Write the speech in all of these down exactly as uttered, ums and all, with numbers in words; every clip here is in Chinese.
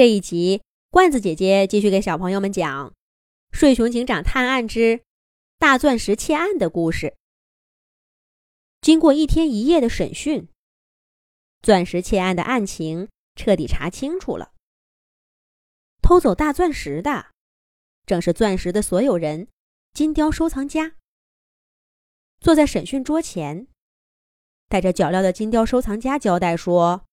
这一集，罐子姐姐继续给小朋友们讲《睡熊警长探案之大钻石窃案》的故事。经过一天一夜的审讯，钻石窃案的案情彻底查清楚了。偷走大钻石的，正是钻石的所有人金雕收藏家。坐在审讯桌前，戴着脚镣的金雕收藏家交代说：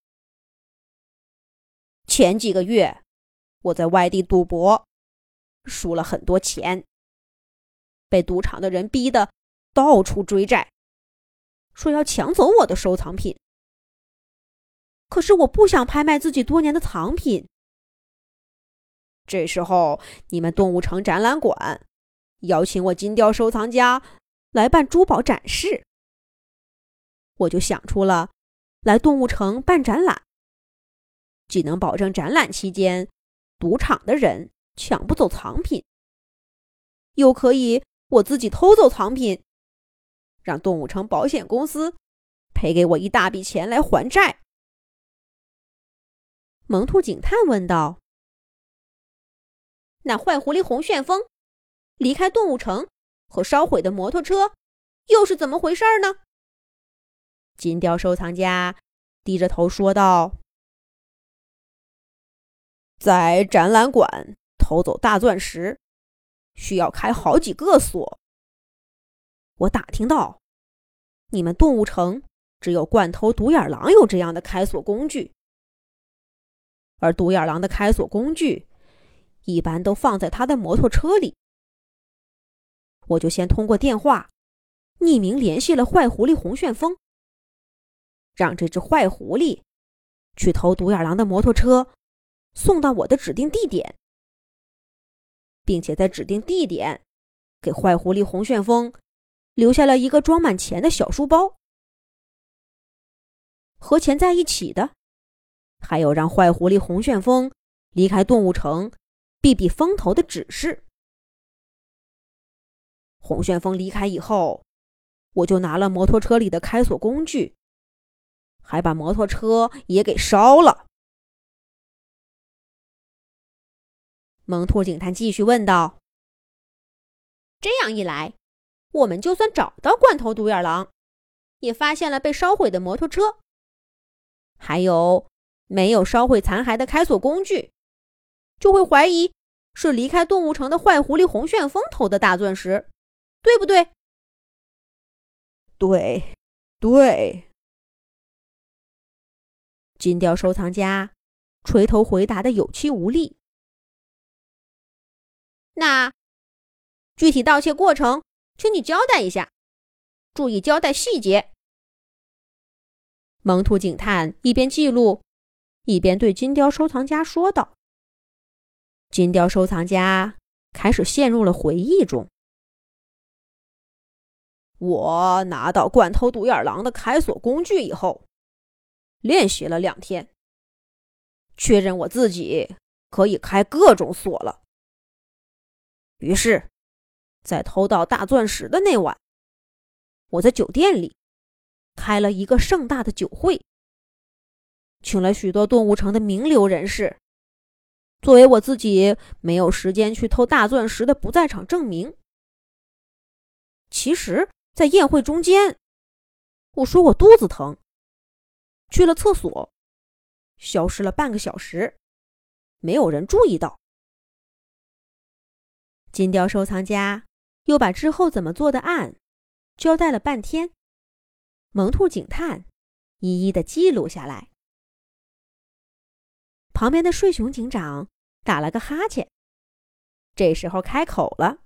前几个月，我在外地赌博，输了很多钱，被赌场的人逼得到处追债，说要抢走我的收藏品。可是我不想拍卖自己多年的藏品。这时候，你们动物城展览馆邀请我金雕收藏家来办珠宝展示，我就想出了来动物城办展览，既能保证展览期间赌场的人抢不走藏品，又可以我自己偷走藏品，让动物城保险公司赔给我一大笔钱来还债。萌兔警探问道：那坏狐狸红旋风离开动物城和烧毁的摩托车又是怎么回事呢？金雕收藏家低着头说道：在展览馆偷走大钻石需要开好几个锁。我打听到你们动物城只有罐头独眼狼有这样的开锁工具，而独眼狼的开锁工具一般都放在他的摩托车里。我就先通过电话匿名联系了坏狐狸红旋风，让这只坏狐狸去偷独眼狼的摩托车送到我的指定地点，并且在指定地点给坏狐狸红旋风留下了一个装满钱的小书包。和钱在一起的，还有让坏狐狸红旋风离开动物城避避风头的指示。红旋风离开以后，我就拿了摩托车里的开锁工具，还把摩托车也给烧了。萌兔警探继续问道：这样一来，我们就算找到罐头独眼狼，也发现了被烧毁的摩托车，还有没有烧毁残骸的开锁工具，就会怀疑是离开动物城的坏狐狸红旋风偷的大钻石，对不对？对，对。金雕收藏家垂头回答的有气无力。那具体盗窃过程，请你交代一下，注意交代细节。萌兔警探一边记录，一边对金雕收藏家说道。金雕收藏家开始陷入了回忆中。我拿到罐头独眼狼的开锁工具以后，练习了两天，确认我自己可以开各种锁了。于是，在偷到大钻石的那晚，我在酒店里开了一个盛大的酒会，请了许多动物城的名流人士，作为我自己没有时间去偷大钻石的不在场证明。其实，在宴会中间，我说我肚子疼，去了厕所，消失了半个小时，没有人注意到。金雕收藏家又把之后怎么做的案交代了半天，萌兔警探一一的记录下来。旁边的睡熊警长打了个哈欠，这时候开口了：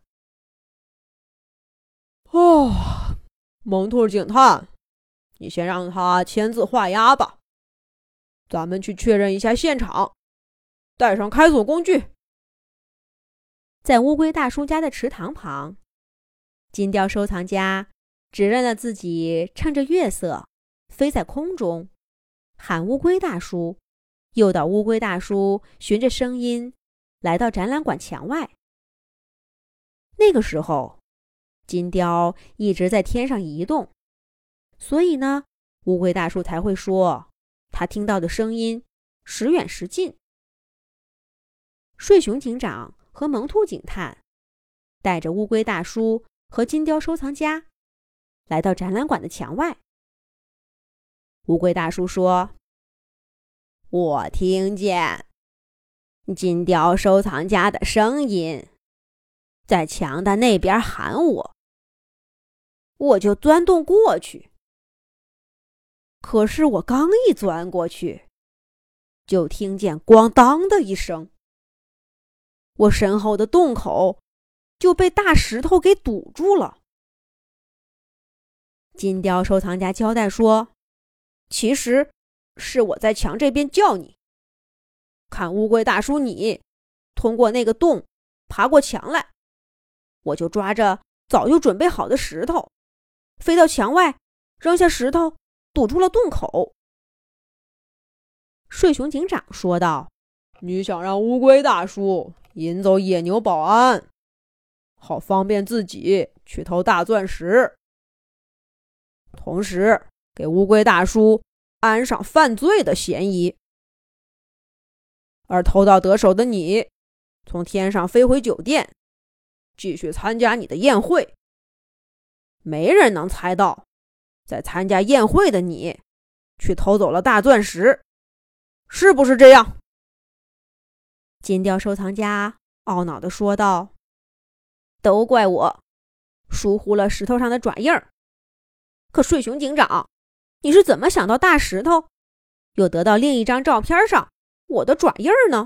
哦，萌兔警探，你先让他签字画押吧，咱们去确认一下现场，带上开锁工具。在乌龟大叔家的池塘旁，金雕收藏家指认了自己趁着月色飞在空中，喊乌龟大叔，诱导乌龟大叔循着声音来到展览馆墙外。那个时候，金雕一直在天上移动，所以呢，乌龟大叔才会说他听到的声音时远时近。 睡熊警长和萌兔警探带着乌龟大叔和金雕收藏家来到展览馆的墙外。乌龟大叔说：“我听见金雕收藏家的声音在墙的那边喊我，我就钻洞过去。可是我刚一钻过去，就听见咣当的一声，我身后的洞口就被大石头给堵住了。”金雕收藏家交代说：“其实是我在墙这边叫你，看乌龟大叔你通过那个洞爬过墙来，我就抓着早就准备好的石头，飞到墙外，扔下石头堵住了洞口。”睡熊警长说道：“ 你想让乌龟大叔引走野牛保安，好方便自己去偷大钻石，同时给乌龟大叔安上犯罪的嫌疑。而偷盗得手的你，从天上飞回酒店，继续参加你的宴会。没人能猜到，在参加宴会的你，去偷走了大钻石，是不是这样？” 金雕收藏家懊恼地说道：“都怪我，疏忽了石头上的爪印儿。可睡熊警长，你是怎么想到大石头又得到另一张照片上我的爪印儿呢？”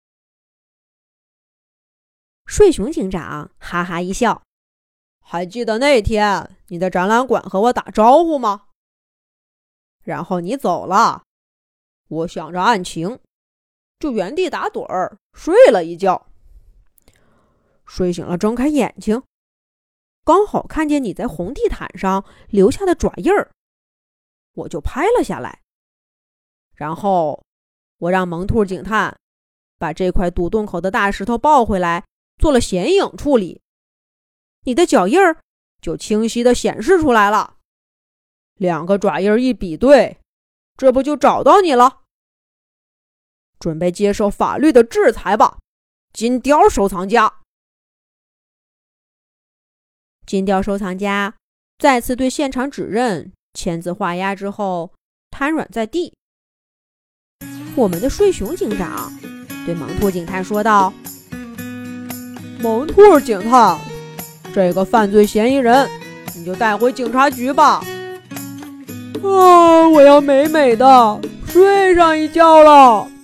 睡熊警长哈哈一笑：“ 还记得那天你在展览馆和我打招呼吗？然后你走了，我想着案情，就原地打盹儿睡了一觉。睡醒了，睁开眼睛，刚好看见你在红地毯上留下的爪印儿，我就拍了下来。然后我让萌兔警探把这块堵洞口的大石头抱回来，做了显影处理，你的脚印儿就清晰地显示出来了。两个爪印一比对，这不就找到你了？准备接受法律的制裁吧，金雕收藏家。” 金雕收藏家再次对现场指认签字画押之后，瘫软在地。我们的睡熊警长对萌兔警探说道：“ 萌兔警探，这个犯罪嫌疑人你就带回警察局吧。啊，我要美美的睡上一觉了。”